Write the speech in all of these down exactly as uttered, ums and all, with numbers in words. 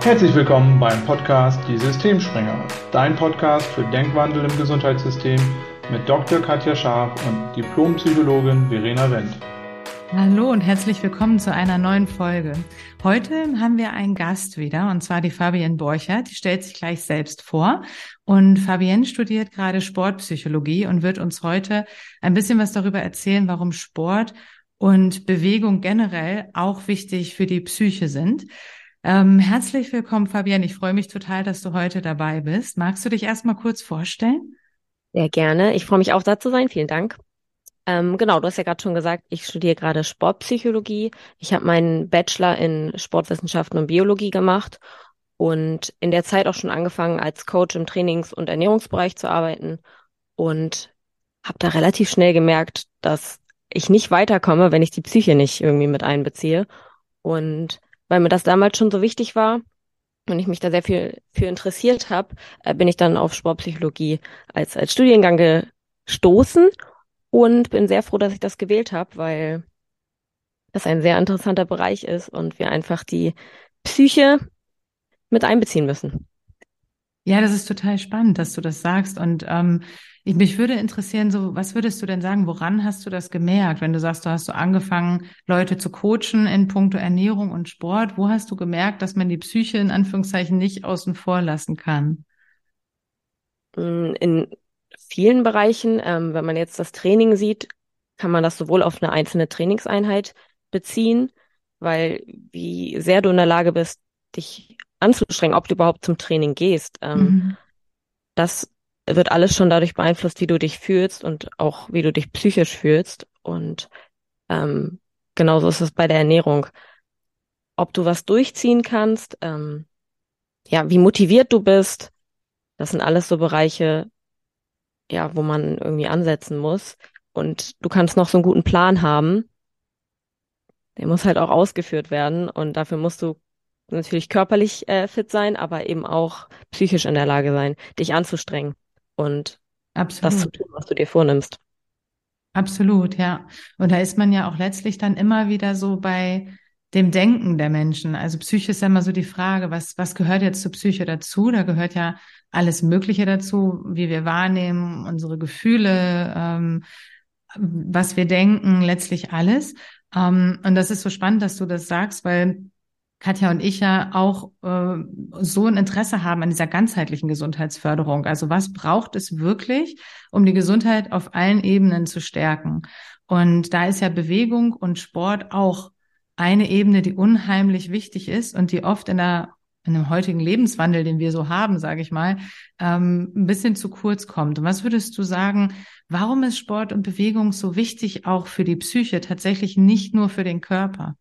Herzlich willkommen beim Podcast Die Systemspringer, dein Podcast für Denkwandel im Gesundheitssystem mit Doktor Katja Scharf und Diplompsychologin Verena Wendt. Hallo und herzlich willkommen zu einer neuen Folge. Heute haben wir einen Gast wieder, und zwar die Fabienne Borchert. Die stellt sich gleich selbst vor. Und Fabienne studiert gerade Sportpsychologie und wird uns heute ein bisschen was darüber erzählen, warum Sport und Bewegung generell auch wichtig für die Psyche sind. Ähm, herzlich willkommen, Fabienne. Ich freue mich total, dass du heute dabei bist. Magst du dich erstmal kurz vorstellen? Sehr gerne. Ich freue mich auch, da zu sein. Vielen Dank. Ähm, genau, du hast ja gerade schon gesagt, ich studiere gerade Sportpsychologie. Ich habe meinen Bachelor in Sportwissenschaften und Biologie gemacht und in der Zeit auch schon angefangen, als Coach im Trainings- und Ernährungsbereich zu arbeiten und habe da relativ schnell gemerkt, dass ich nicht weiterkomme, wenn ich die Psyche nicht irgendwie mit einbeziehe. Und weil mir das damals schon so wichtig war und ich mich da sehr viel für interessiert habe, äh, bin ich dann auf Sportpsychologie als, als Studiengang gestoßen. Und bin sehr froh, dass ich das gewählt habe, weil das ein sehr interessanter Bereich ist und wir einfach die Psyche mit einbeziehen müssen. Ja, das ist total spannend, dass du das sagst. Und ähm, ich, mich würde interessieren, so, was würdest du denn sagen, woran hast du das gemerkt, wenn du sagst, du hast so angefangen, Leute zu coachen in puncto Ernährung und Sport? Wo hast du gemerkt, dass man die Psyche in Anführungszeichen nicht außen vor lassen kann? In vielen Bereichen, ähm, wenn man jetzt das Training sieht, kann man das sowohl auf eine einzelne Trainingseinheit beziehen, weil wie sehr du in der Lage bist, dich anzustrengen, ob du überhaupt zum Training gehst, ähm, Mhm. das wird alles schon dadurch beeinflusst, wie du dich fühlst und auch wie du dich psychisch fühlst. Und ähm, genauso ist es bei der Ernährung. Ob du was durchziehen kannst, ähm, ja, wie motiviert du bist, das sind alles so Bereiche, ja, wo man irgendwie ansetzen muss. Und du kannst noch so einen guten Plan haben, der muss halt auch ausgeführt werden. Und dafür musst du natürlich körperlich äh, fit sein, aber eben auch psychisch in der Lage sein, dich anzustrengen und das zu Absolut. tun, was du dir vornimmst. Absolut, ja. Und da ist man ja auch letztlich dann immer wieder so bei dem Denken der Menschen. Also Psyche ist ja immer so die Frage, was, was gehört jetzt zur Psyche dazu? Da gehört ja alles Mögliche dazu, wie wir wahrnehmen, unsere Gefühle, ähm, was wir denken, letztlich alles. Ähm, und das ist so spannend, dass du das sagst, weil Katja und ich ja auch äh, so ein Interesse haben an dieser ganzheitlichen Gesundheitsförderung. Also was braucht es wirklich, um die Gesundheit auf allen Ebenen zu stärken? Und da ist ja Bewegung und Sport auch eine Ebene, die unheimlich wichtig ist und die oft in der in dem heutigen Lebenswandel, den wir so haben, sage ich mal, ähm, ein bisschen zu kurz kommt. Und was würdest du sagen, warum ist Sport und Bewegung so wichtig auch für die Psyche, tatsächlich nicht nur für den Körper?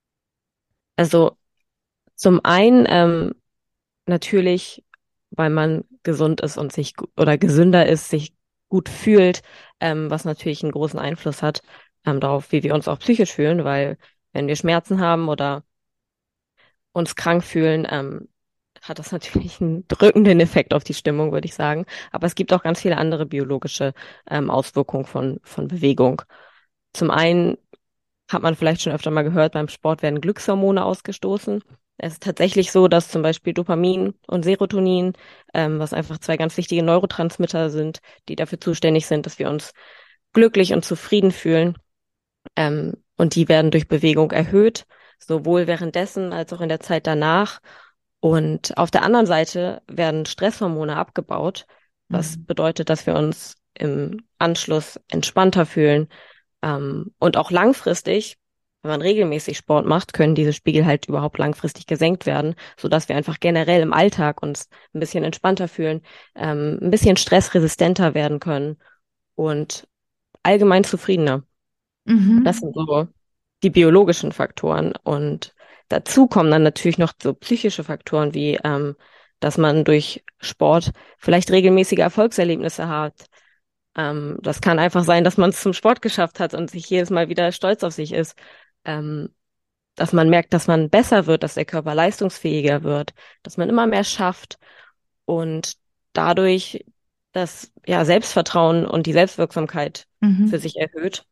Also zum einen ähm, natürlich, weil man gesund ist und sich gu- oder gesünder ist, sich gut fühlt, ähm, was natürlich einen großen Einfluss hat ähm, darauf, wie wir uns auch psychisch fühlen, weil wenn wir Schmerzen haben oder uns krank fühlen, ähm, hat das natürlich einen drückenden Effekt auf die Stimmung, würde ich sagen. Aber es gibt auch ganz viele andere biologische ähm, Auswirkungen von, von Bewegung. Zum einen hat man vielleicht schon öfter mal gehört, beim Sport werden Glückshormone ausgestoßen. Es ist tatsächlich so, dass zum Beispiel Dopamin und Serotonin, ähm, was einfach zwei ganz wichtige Neurotransmitter sind, die dafür zuständig sind, dass wir uns glücklich und zufrieden fühlen, ähm, und die werden durch Bewegung erhöht, sowohl währenddessen als auch in der Zeit danach. Und auf der anderen Seite werden Stresshormone abgebaut, was Mhm. bedeutet, dass wir uns im Anschluss entspannter fühlen. Ähm, und auch langfristig, wenn man regelmäßig Sport macht, können diese Spiegel halt überhaupt langfristig gesenkt werden, sodass wir einfach generell im Alltag uns ein bisschen entspannter fühlen, ähm, ein bisschen stressresistenter werden können und allgemein zufriedener. Das Mhm. sind so die biologischen Faktoren. Und dazu kommen dann natürlich noch so psychische Faktoren wie, ähm, dass man durch Sport vielleicht regelmäßige Erfolgserlebnisse hat. Ähm, das kann einfach sein, dass man es zum Sport geschafft hat und sich jedes Mal wieder stolz auf sich ist. Ähm, dass man merkt, dass man besser wird, dass der Körper leistungsfähiger wird, dass man immer mehr schafft und dadurch das, ja, Selbstvertrauen und die Selbstwirksamkeit für Mhm. sich erhöht,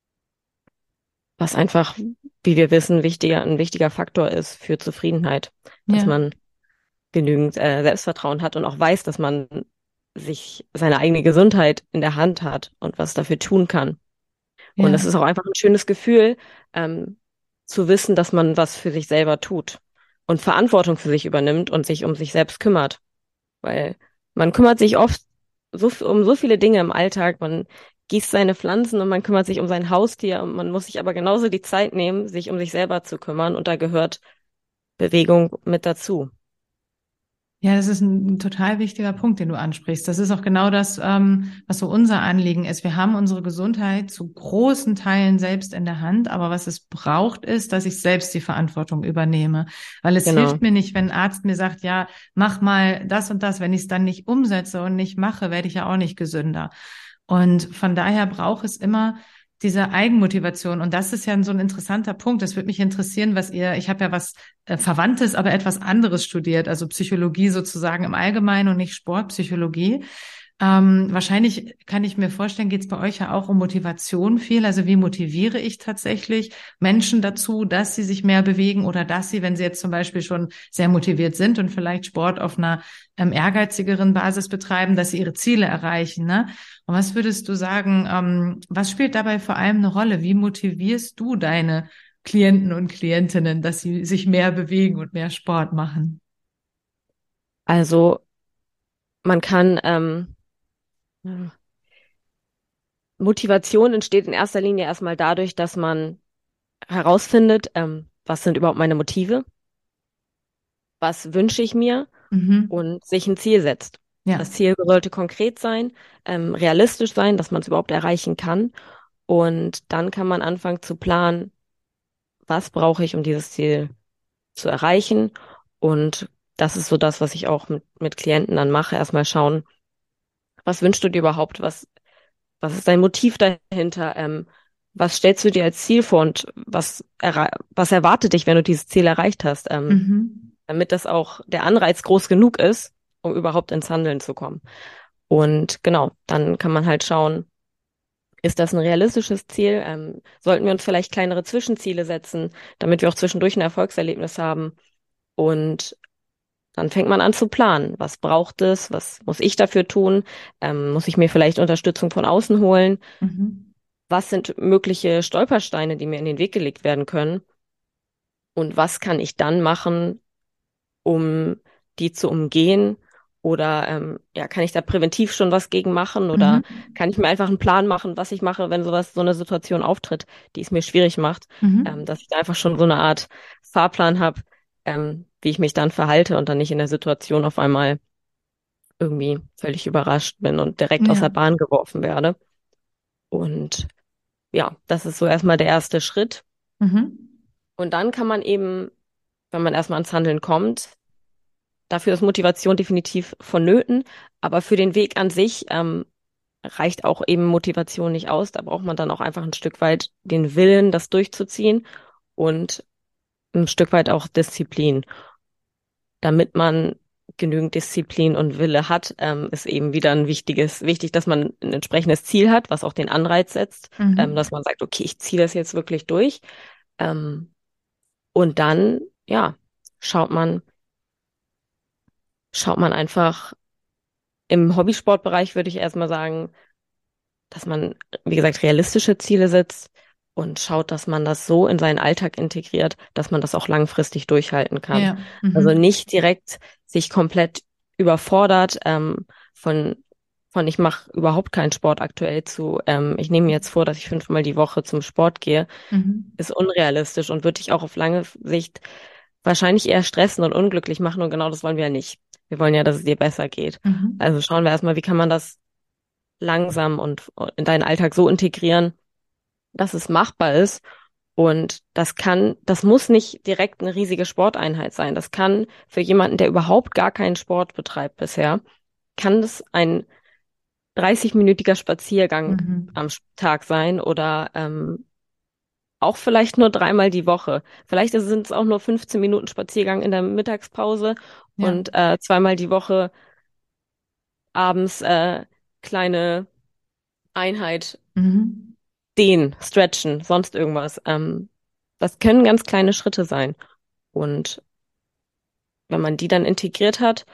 was einfach, wie wir wissen, wichtiger, ein wichtiger Faktor ist für Zufriedenheit, dass Ja. man genügend äh, Selbstvertrauen hat und auch weiß, dass man sich seine eigene Gesundheit in der Hand hat und was dafür tun kann. Und es Ja. ist auch einfach ein schönes Gefühl, ähm, zu wissen, dass man was für sich selber tut und Verantwortung für sich übernimmt und sich um sich selbst kümmert. Weil man kümmert sich oft so, f- um so viele Dinge im Alltag. Man gießt seine Pflanzen und man kümmert sich um sein Haustier und man muss sich aber genauso die Zeit nehmen, sich um sich selber zu kümmern. Und da gehört Bewegung mit dazu. Ja, das ist ein total wichtiger Punkt, den du ansprichst. Das ist auch genau das, ähm, was so unser Anliegen ist. Wir haben unsere Gesundheit zu großen Teilen selbst in der Hand, aber was es braucht, ist, dass ich selbst die Verantwortung übernehme. Weil es Genau. hilft mir nicht, wenn ein Arzt mir sagt, ja, mach mal das und das. Wenn ich es dann nicht umsetze und nicht mache, werde ich ja auch nicht gesünder. Und von daher braucht es immer diese Eigenmotivation. Und das ist ja so ein interessanter Punkt. Das würde mich interessieren, was ihr, ich habe ja was äh, Verwandtes, aber etwas anderes studiert, also Psychologie sozusagen im Allgemeinen und nicht Sportpsychologie. Ähm, wahrscheinlich kann ich mir vorstellen, geht es bei euch ja auch um Motivation viel. Also wie motiviere ich tatsächlich Menschen dazu, dass sie sich mehr bewegen oder dass sie, wenn sie jetzt zum Beispiel schon sehr motiviert sind und vielleicht Sport auf einer ähm, ehrgeizigeren Basis betreiben, dass sie ihre Ziele erreichen, ne? Und was würdest du sagen, ähm, was spielt dabei vor allem eine Rolle? Wie motivierst du deine Klienten und Klientinnen, dass sie sich mehr bewegen und mehr Sport machen? Also man kann, ähm, Motivation entsteht in erster Linie erstmal dadurch, dass man herausfindet, ähm, was sind überhaupt meine Motive, was wünsche ich mir Mhm. und sich ein Ziel setzt. Das Ja. Ziel sollte konkret sein, ähm, realistisch sein, dass man es überhaupt erreichen kann. Und dann kann man anfangen zu planen, was brauche ich, um dieses Ziel zu erreichen. Und das ist so das, was ich auch mit, mit Klienten dann mache. Erstmal schauen, was wünschst du dir überhaupt? Was, was ist dein Motiv dahinter? Ähm, was stellst du dir als Ziel vor und was, errei- was erwartet dich, wenn du dieses Ziel erreicht hast? Ähm, Mhm. damit das auch der Anreiz groß genug ist, um überhaupt ins Handeln zu kommen. Und genau, dann kann man halt schauen, ist das ein realistisches Ziel? Ähm, sollten wir uns vielleicht kleinere Zwischenziele setzen, damit wir auch zwischendurch ein Erfolgserlebnis haben? Und dann fängt man an zu planen. Was braucht es? Was muss ich dafür tun? Ähm, muss ich mir vielleicht Unterstützung von außen holen? Mhm. Was sind mögliche Stolpersteine, die mir in den Weg gelegt werden können? Und was kann ich dann machen, um die zu umgehen? Oder ähm, ja, kann ich da präventiv schon was gegen machen? Oder Mhm. kann ich mir einfach einen Plan machen, was ich mache, wenn sowas, so eine Situation auftritt, die es mir schwierig macht, ähm, Mhm. dass ich da einfach schon so eine Art Fahrplan habe, ähm, wie ich mich dann verhalte und dann nicht in der Situation auf einmal irgendwie völlig überrascht bin und direkt aus der Ja. Bahn geworfen werde. Und ja, das ist so erstmal der erste Schritt. Mhm. Und dann kann man eben, wenn man erstmal ans Handeln kommt, dafür ist Motivation definitiv vonnöten, aber für den Weg an sich ähm, reicht auch eben Motivation nicht aus. Da braucht man dann auch einfach ein Stück weit den Willen, das durchzuziehen und ein Stück weit auch Disziplin. Damit man genügend Disziplin und Wille hat, ähm, ist eben wieder ein wichtiges, wichtig, dass man ein entsprechendes Ziel hat, was auch den Anreiz setzt, ähm, Mhm. dass man sagt, okay, ich ziehe das jetzt wirklich durch. Ähm, und dann, ja, schaut man, schaut man einfach im Hobbysportbereich, würde ich erstmal sagen, dass man, wie gesagt, realistische Ziele setzt und schaut, dass man das so in seinen Alltag integriert, dass man das auch langfristig durchhalten kann. Ja. Also Mhm. nicht direkt sich komplett überfordert ähm, von von ich mache überhaupt keinen Sport aktuell zu, ähm, ich nehme mir jetzt vor, dass ich fünfmal die Woche zum Sport gehe, Mhm. ist unrealistisch und würde dich auch auf lange Sicht wahrscheinlich eher stressen und unglücklich machen und genau das wollen wir ja nicht. Wir wollen ja, dass es dir besser geht. Mhm. Also schauen wir erstmal, wie kann man das langsam und in deinen Alltag so integrieren, dass es machbar ist. Und das kann, das muss nicht direkt eine riesige Sporteinheit sein. Das kann für jemanden, der überhaupt gar keinen Sport betreibt bisher, kann das ein dreißig-minütiger Spaziergang Mhm. am Tag sein oder ähm, auch vielleicht nur dreimal die Woche. Vielleicht sind es auch nur fünfzehn Minuten Spaziergang in der Mittagspause Ja. und äh, zweimal die Woche abends äh, kleine Einheit Mhm. dehnen, stretchen, sonst irgendwas. Ähm, das können ganz kleine Schritte sein. Und wenn man die dann integriert hat,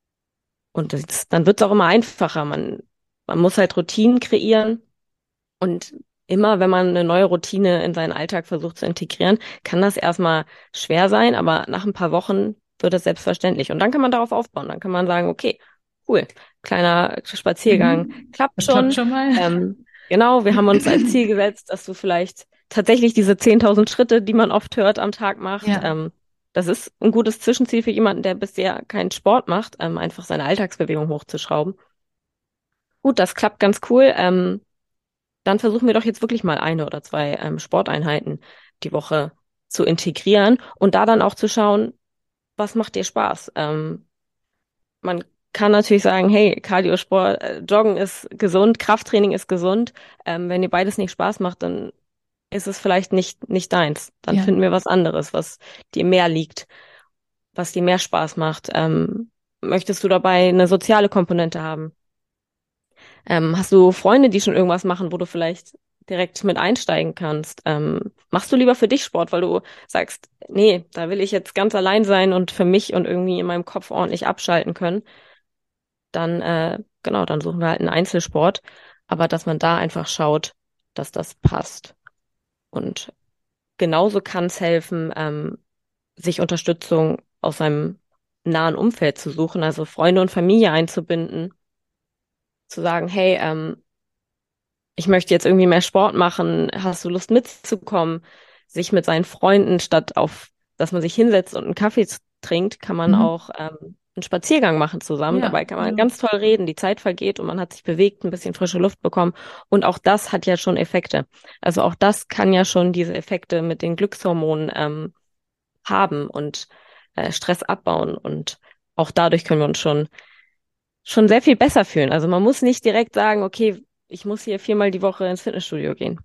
und das, dann wird es auch immer einfacher. Man, man muss halt Routinen kreieren und immer, wenn man eine neue Routine in seinen Alltag versucht zu integrieren, kann das erstmal schwer sein, aber nach ein paar Wochen wird es selbstverständlich. Und dann kann man darauf aufbauen. Dann kann man sagen, okay, cool, kleiner Spaziergang Mhm. klappt Das klappt schon. schon mal. Ähm, genau, wir haben uns als Ziel gesetzt, dass du vielleicht tatsächlich diese zehntausend Schritte, die man oft hört, am Tag macht. Ja. Ähm, das ist ein gutes Zwischenziel für jemanden, der bisher keinen Sport macht, ähm, einfach seine Alltagsbewegung hochzuschrauben. Gut, das klappt ganz cool. Ähm, dann versuchen wir doch jetzt wirklich mal eine oder zwei ähm, Sporteinheiten die Woche zu integrieren und da dann auch zu schauen, was macht dir Spaß? Ähm, man kann natürlich sagen, hey, Cardio-Sport, äh, Joggen ist gesund, Krafttraining ist gesund. Ähm, wenn dir beides nicht Spaß macht, dann ist es vielleicht nicht, nicht deins. Dann Ja. finden wir was anderes, was dir mehr liegt, was dir mehr Spaß macht. Ähm, möchtest du dabei eine soziale Komponente haben? Ähm, hast du Freunde, die schon irgendwas machen, wo du vielleicht direkt mit einsteigen kannst? Ähm, machst du lieber für dich Sport, weil du sagst, nee, da will ich jetzt ganz allein sein und für mich und irgendwie in meinem Kopf ordentlich abschalten können? Dann, äh, genau, dann suchen wir halt einen Einzelsport. Aber dass man da einfach schaut, dass das passt. Und genauso kann es helfen, ähm, sich Unterstützung aus seinem nahen Umfeld zu suchen, also Freunde und Familie einzubinden, zu sagen, hey, ähm, ich möchte jetzt irgendwie mehr Sport machen, hast du Lust mitzukommen? Sich mit seinen Freunden, statt auf, dass man sich hinsetzt und einen Kaffee trinkt, kann man Mhm. auch ähm, einen Spaziergang machen zusammen. Ja, Dabei kann man genau. ganz toll reden, die Zeit vergeht und man hat sich bewegt, ein bisschen frische Luft bekommen. Und auch das hat ja schon Effekte. Also auch das kann ja schon diese Effekte mit den Glückshormonen ähm, haben und äh, Stress abbauen. Und auch dadurch können wir uns schon schon sehr viel besser fühlen. Also man muss nicht direkt sagen, okay, ich muss hier viermal die Woche ins Fitnessstudio gehen.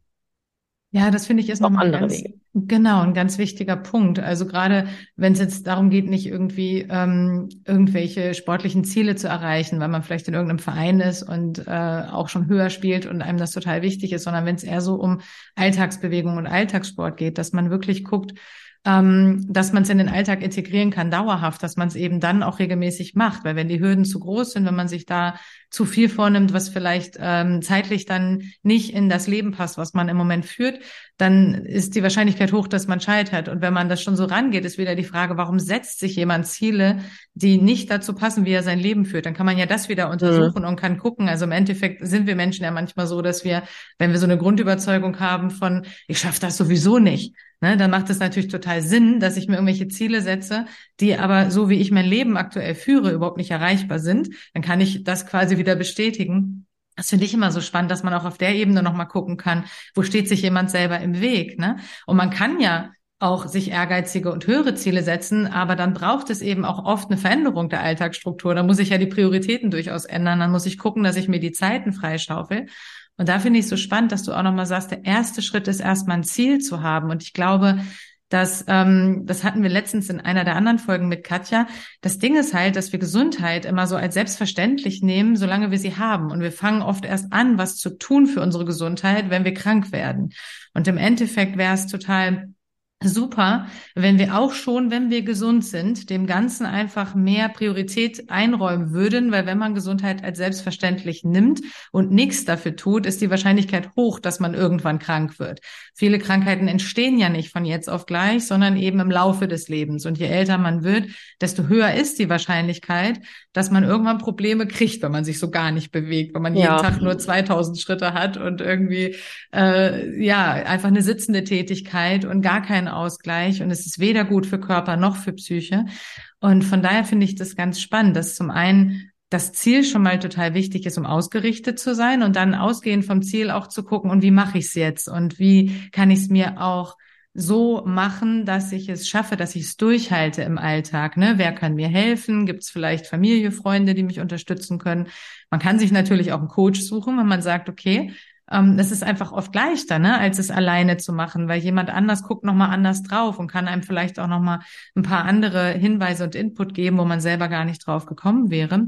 Ja, das finde ich ist Auch nochmal ein andere ganz, Wege. genau, ein ganz wichtiger Punkt. Also gerade wenn es jetzt darum geht, nicht irgendwie ähm, irgendwelche sportlichen Ziele zu erreichen, weil man vielleicht in irgendeinem Verein ist und äh, auch schon höher spielt und einem das total wichtig ist, sondern wenn es eher so um Alltagsbewegung und Alltagssport geht, dass man wirklich guckt, ähm, dass man es in den Alltag integrieren kann, dauerhaft, dass man es eben dann auch regelmäßig macht. Weil wenn die Hürden zu groß sind, wenn man sich da zu viel vornimmt, was vielleicht ähm, zeitlich dann nicht in das Leben passt, was man im Moment führt, dann ist die Wahrscheinlichkeit hoch, dass man scheitert. Und wenn man das schon so rangeht, ist wieder die Frage, warum setzt sich jemand Ziele, die nicht dazu passen, wie er sein Leben führt? Dann kann man ja das wieder Mhm. untersuchen und kann gucken. Also im Endeffekt sind wir Menschen ja manchmal so, dass wir, wenn wir so eine Grundüberzeugung haben von, ich schaffe das sowieso nicht, ne, dann macht es natürlich total Sinn, dass ich mir irgendwelche Ziele setze, die aber so, wie ich mein Leben aktuell führe, überhaupt nicht erreichbar sind. Dann kann ich das quasi wieder bestätigen. Das finde ich immer so spannend, dass man auch auf der Ebene nochmal gucken kann, wo steht sich jemand selber im Weg, ne? Und man kann ja auch sich ehrgeizige und höhere Ziele setzen, aber dann braucht es eben auch oft eine Veränderung der Alltagsstruktur. Da muss ich ja die Prioritäten durchaus ändern. Dann muss ich gucken, dass ich mir die Zeiten freischaufel. Und da finde ich es so spannend, dass du auch nochmal sagst, der erste Schritt ist erstmal ein Ziel zu haben. Und ich glaube, dass, ähm, das hatten wir letztens in einer der anderen Folgen mit Katja. Das Ding ist halt, dass wir Gesundheit immer so als selbstverständlich nehmen, solange wir sie haben. Und wir fangen oft erst an, was zu tun für unsere Gesundheit, wenn wir krank werden. Und im Endeffekt wäre es total super, wenn wir auch schon, wenn wir gesund sind, dem Ganzen einfach mehr Priorität einräumen würden, weil wenn man Gesundheit als selbstverständlich nimmt und nichts dafür tut, ist die Wahrscheinlichkeit hoch, dass man irgendwann krank wird. Viele Krankheiten entstehen ja nicht von jetzt auf gleich, sondern eben im Laufe des Lebens. Und je älter man wird, desto höher ist die Wahrscheinlichkeit, dass man irgendwann Probleme kriegt, wenn man sich so gar nicht bewegt, wenn man jeden Ja, Tag nur zweitausend Schritte hat und irgendwie äh, ja einfach eine sitzende Tätigkeit und gar keinen Ausgleich. Und es ist weder gut für Körper noch für Psyche. Und von daher finde ich das ganz spannend, dass zum einen das Ziel schon mal total wichtig ist, um ausgerichtet zu sein und dann ausgehend vom Ziel auch zu gucken, und wie mache ich es jetzt und wie kann ich es mir auch so machen, dass ich es schaffe, dass ich es durchhalte im Alltag. Ne? Wer kann mir helfen? Gibt es vielleicht Familie, Freunde, die mich unterstützen können? Man kann sich natürlich auch einen Coach suchen, wenn man sagt, okay, ähm, das ist einfach oft leichter, ne, als es alleine zu machen, weil jemand anders guckt nochmal anders drauf und kann einem vielleicht auch nochmal ein paar andere Hinweise und Input geben, wo man selber gar nicht drauf gekommen wäre.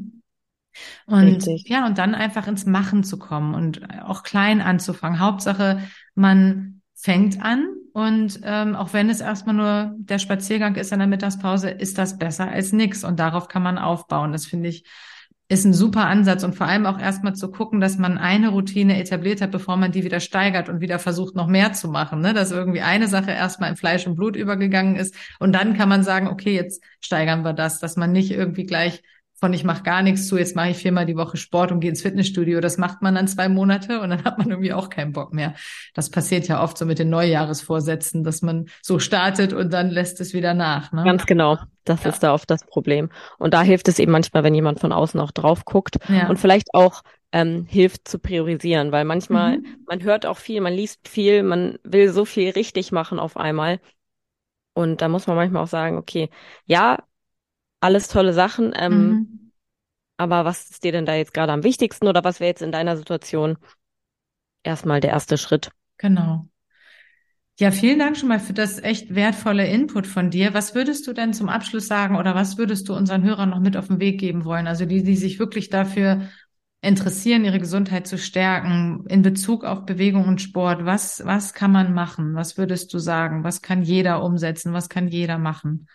Und richtig. ja, und dann einfach ins Machen zu kommen und auch klein anzufangen. Hauptsache, man fängt an Und ähm, auch wenn es erstmal nur der Spaziergang ist in der Mittagspause, ist das besser als nix. Und darauf kann man aufbauen. Das finde ich, ist ein super Ansatz. Und vor allem auch erstmal zu gucken, dass man eine Routine etabliert hat, bevor man die wieder steigert und wieder versucht, noch mehr zu machen. Ne? Dass irgendwie eine Sache erstmal in Fleisch und Blut übergegangen ist. Und dann kann man sagen, okay, jetzt steigern wir das. Dass man nicht irgendwie gleich von ich mache gar nichts zu, jetzt mache ich viermal die Woche Sport und gehe ins Fitnessstudio. Das macht man dann zwei Monate und dann hat man irgendwie auch keinen Bock mehr. Das passiert ja oft so mit den Neujahresvorsätzen, dass man so startet und dann lässt es wieder nach. Ne? Ganz genau. Das Ja. ist da oft das Problem. Und da hilft es eben manchmal, wenn jemand von außen auch drauf guckt Ja. und vielleicht auch ähm, hilft zu priorisieren, weil manchmal, Mhm. man hört auch viel, man liest viel, man will so viel richtig machen auf einmal. Und da muss man manchmal auch sagen, okay, ja, alles tolle Sachen, ähm, Mhm. aber was ist dir denn da jetzt gerade am wichtigsten oder was wäre jetzt in deiner Situation erstmal der erste Schritt? Genau. Ja, vielen Dank schon mal für das echt wertvolle Input von dir. Was würdest du denn zum Abschluss sagen oder was würdest du unseren Hörern noch mit auf den Weg geben wollen? Also die, die sich wirklich dafür interessieren, ihre Gesundheit zu stärken in Bezug auf Bewegung und Sport. Was, was kann man machen? Was würdest du sagen? Was kann jeder umsetzen? Was kann jeder machen?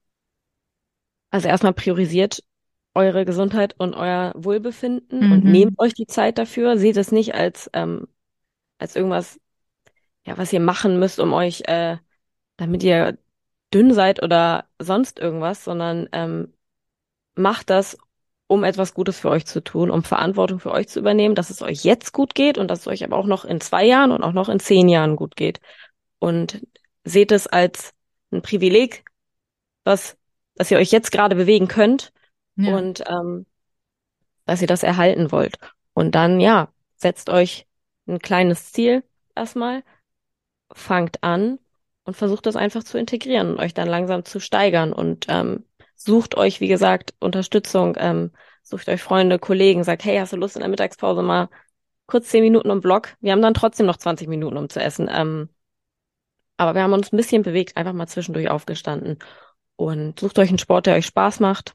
Also erstmal priorisiert eure Gesundheit und euer Wohlbefinden und nehmt Mhm. euch die Zeit dafür. Seht es nicht als, ähm, als irgendwas, ja, was ihr machen müsst, um euch, äh, damit ihr dünn seid oder sonst irgendwas, sondern ähm, macht das, um etwas Gutes für euch zu tun, um Verantwortung für euch zu übernehmen, dass es euch jetzt gut geht und dass es euch aber auch noch in zwei Jahren und auch noch in zehn Jahren gut geht. Und seht es als ein Privileg, was, dass ihr euch jetzt gerade bewegen könnt Ja. und ähm, dass ihr das erhalten wollt. Und dann, ja, setzt euch ein kleines Ziel erstmal, fangt an und versucht das einfach zu integrieren und euch dann langsam zu steigern und ähm, sucht euch, wie gesagt, Unterstützung, ähm, sucht euch Freunde, Kollegen, sagt, hey, hast du Lust in der Mittagspause mal kurz zehn Minuten im Block? Wir haben dann trotzdem noch zwanzig Minuten, um zu essen. Ähm, aber wir haben uns ein bisschen bewegt, einfach mal zwischendurch aufgestanden und sucht euch einen Sport, der euch Spaß macht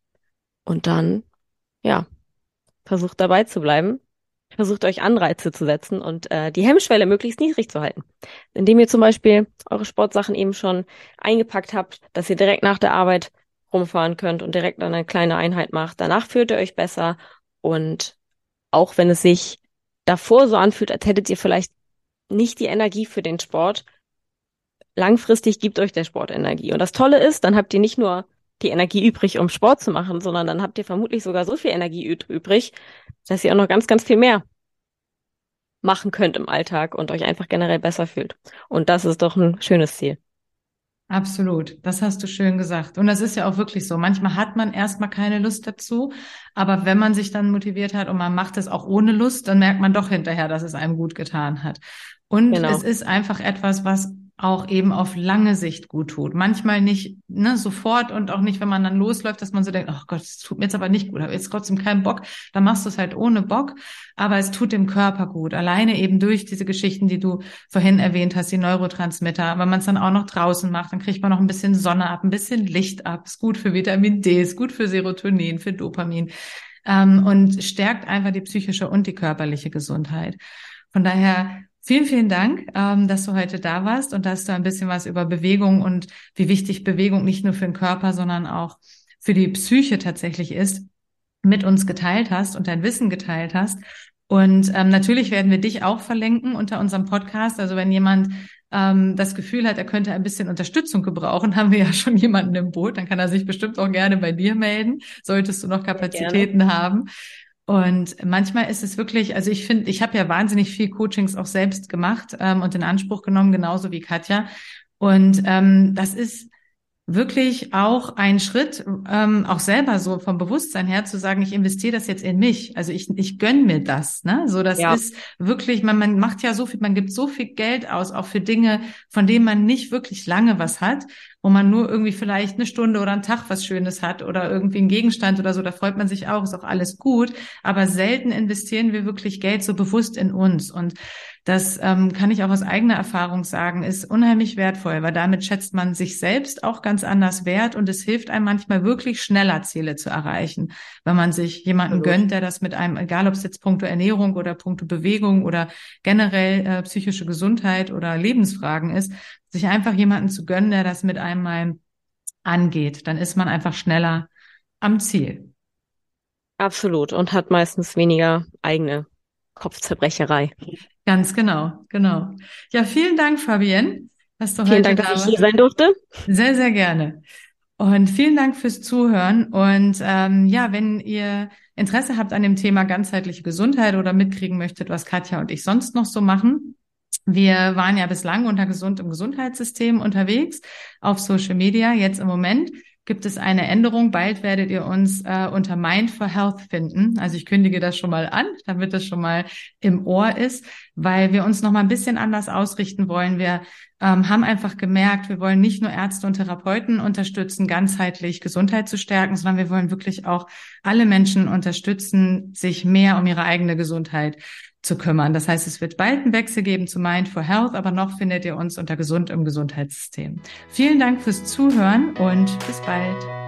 und dann, ja, versucht dabei zu bleiben. Versucht euch Anreize zu setzen und äh, die Hemmschwelle möglichst niedrig zu halten. Indem ihr zum Beispiel eure Sportsachen eben schon eingepackt habt, dass ihr direkt nach der Arbeit rumfahren könnt und direkt eine kleine Einheit macht. Danach fühlt ihr euch besser und auch wenn es sich davor so anfühlt, als hättet ihr vielleicht nicht die Energie für den Sport, langfristig gibt euch der Sport Energie. Und das Tolle ist, dann habt ihr nicht nur die Energie übrig, um Sport zu machen, sondern dann habt ihr vermutlich sogar so viel Energie ü- übrig, dass ihr auch noch ganz, ganz viel mehr machen könnt im Alltag und euch einfach generell besser fühlt. Und das ist doch ein schönes Ziel. Absolut, das hast du schön gesagt. Und das ist ja auch wirklich so. Manchmal hat man erstmal keine Lust dazu, aber wenn man sich dann motiviert hat und man macht es auch ohne Lust, dann merkt man doch hinterher, dass es einem gut getan hat. Und es Genau. ist einfach etwas, was auch eben auf lange Sicht gut tut. Manchmal nicht, ne, sofort und auch nicht, wenn man dann losläuft, dass man so denkt, oh Gott, es tut mir jetzt aber nicht gut, habe jetzt trotzdem keinen Bock. Dann machst du es halt ohne Bock, aber es tut dem Körper gut. Alleine eben durch diese Geschichten, die du vorhin erwähnt hast, die Neurotransmitter. Wenn man es dann auch noch draußen macht, dann kriegt man noch ein bisschen Sonne ab, ein bisschen Licht ab. Ist gut für Vitamin D, ist gut für Serotonin, für Dopamin, ähm, und stärkt einfach die psychische und die körperliche Gesundheit. Von daher vielen, vielen Dank, ähm, dass du heute da warst und dass du ein bisschen was über Bewegung und wie wichtig Bewegung nicht nur für den Körper, sondern auch für die Psyche tatsächlich ist, mit uns geteilt hast und dein Wissen geteilt hast. Und ähm, natürlich werden wir dich auch verlinken unter unserem Podcast. Also wenn jemand ähm, das Gefühl hat, er könnte ein bisschen Unterstützung gebrauchen, haben wir ja schon jemanden im Boot, dann kann er sich bestimmt auch gerne bei dir melden, solltest du noch Sehr gerne. Kapazitäten haben. Und manchmal ist es wirklich, also ich finde, ich habe ja wahnsinnig viel Coachings auch selbst gemacht ähm, und in Anspruch genommen, genauso wie Katja. Und ähm, das ist wirklich auch ein Schritt, ähm, auch selber so vom Bewusstsein her zu sagen, ich investiere das jetzt in mich. Also ich, ich gönn mir das, ne? So, das Ja, ist wirklich, man, man macht ja so viel, man gibt so viel Geld aus, auch für Dinge, von denen man nicht wirklich lange was hat, wo man nur irgendwie vielleicht eine Stunde oder einen Tag was Schönes hat oder irgendwie einen Gegenstand oder so, da freut man sich auch, ist auch alles gut. Aber selten investieren wir wirklich Geld so bewusst in uns. Und das ähm, kann ich auch aus eigener Erfahrung sagen, ist unheimlich wertvoll, weil damit schätzt man sich selbst auch ganz anders wert und es hilft einem manchmal wirklich schneller Ziele zu erreichen, wenn man sich jemanden absolut. gönnt, der das mit einem, egal ob es jetzt puncto Ernährung oder puncto Bewegung oder generell äh, psychische Gesundheit oder Lebensfragen ist, sich einfach jemanden zu gönnen, der das mit einem mal angeht. Dann ist man einfach schneller am Ziel. Absolut. Und hat meistens weniger eigene Kopfzerbrecherei. Ganz genau, genau. Ja, vielen Dank, Fabienne, dass du Vielen heute Dank, dass da ich warst. hier sein durfte. Sehr, sehr gerne. Und vielen Dank fürs Zuhören. Und ähm, ja, wenn ihr Interesse habt an dem Thema ganzheitliche Gesundheit oder mitkriegen möchtet, was Katja und ich sonst noch so machen, wir waren ja bislang unter Gesund im Gesundheitssystem unterwegs auf Social Media. Jetzt im Moment gibt es eine Änderung. Bald werdet ihr uns äh, unter Mind for Health finden. Also ich kündige das schon mal an, damit es schon mal im Ohr ist, weil wir uns noch mal ein bisschen anders ausrichten wollen. Wir ähm, haben einfach gemerkt, wir wollen nicht nur Ärzte und Therapeuten unterstützen, ganzheitlich Gesundheit zu stärken, sondern wir wollen wirklich auch alle Menschen unterstützen, sich mehr um ihre eigene Gesundheit zu kümmern. Das heißt, es wird bald einen Wechsel geben zu Mind for Health, aber noch findet ihr uns unter Gesund im Gesundheitssystem. Vielen Dank fürs Zuhören und bis bald.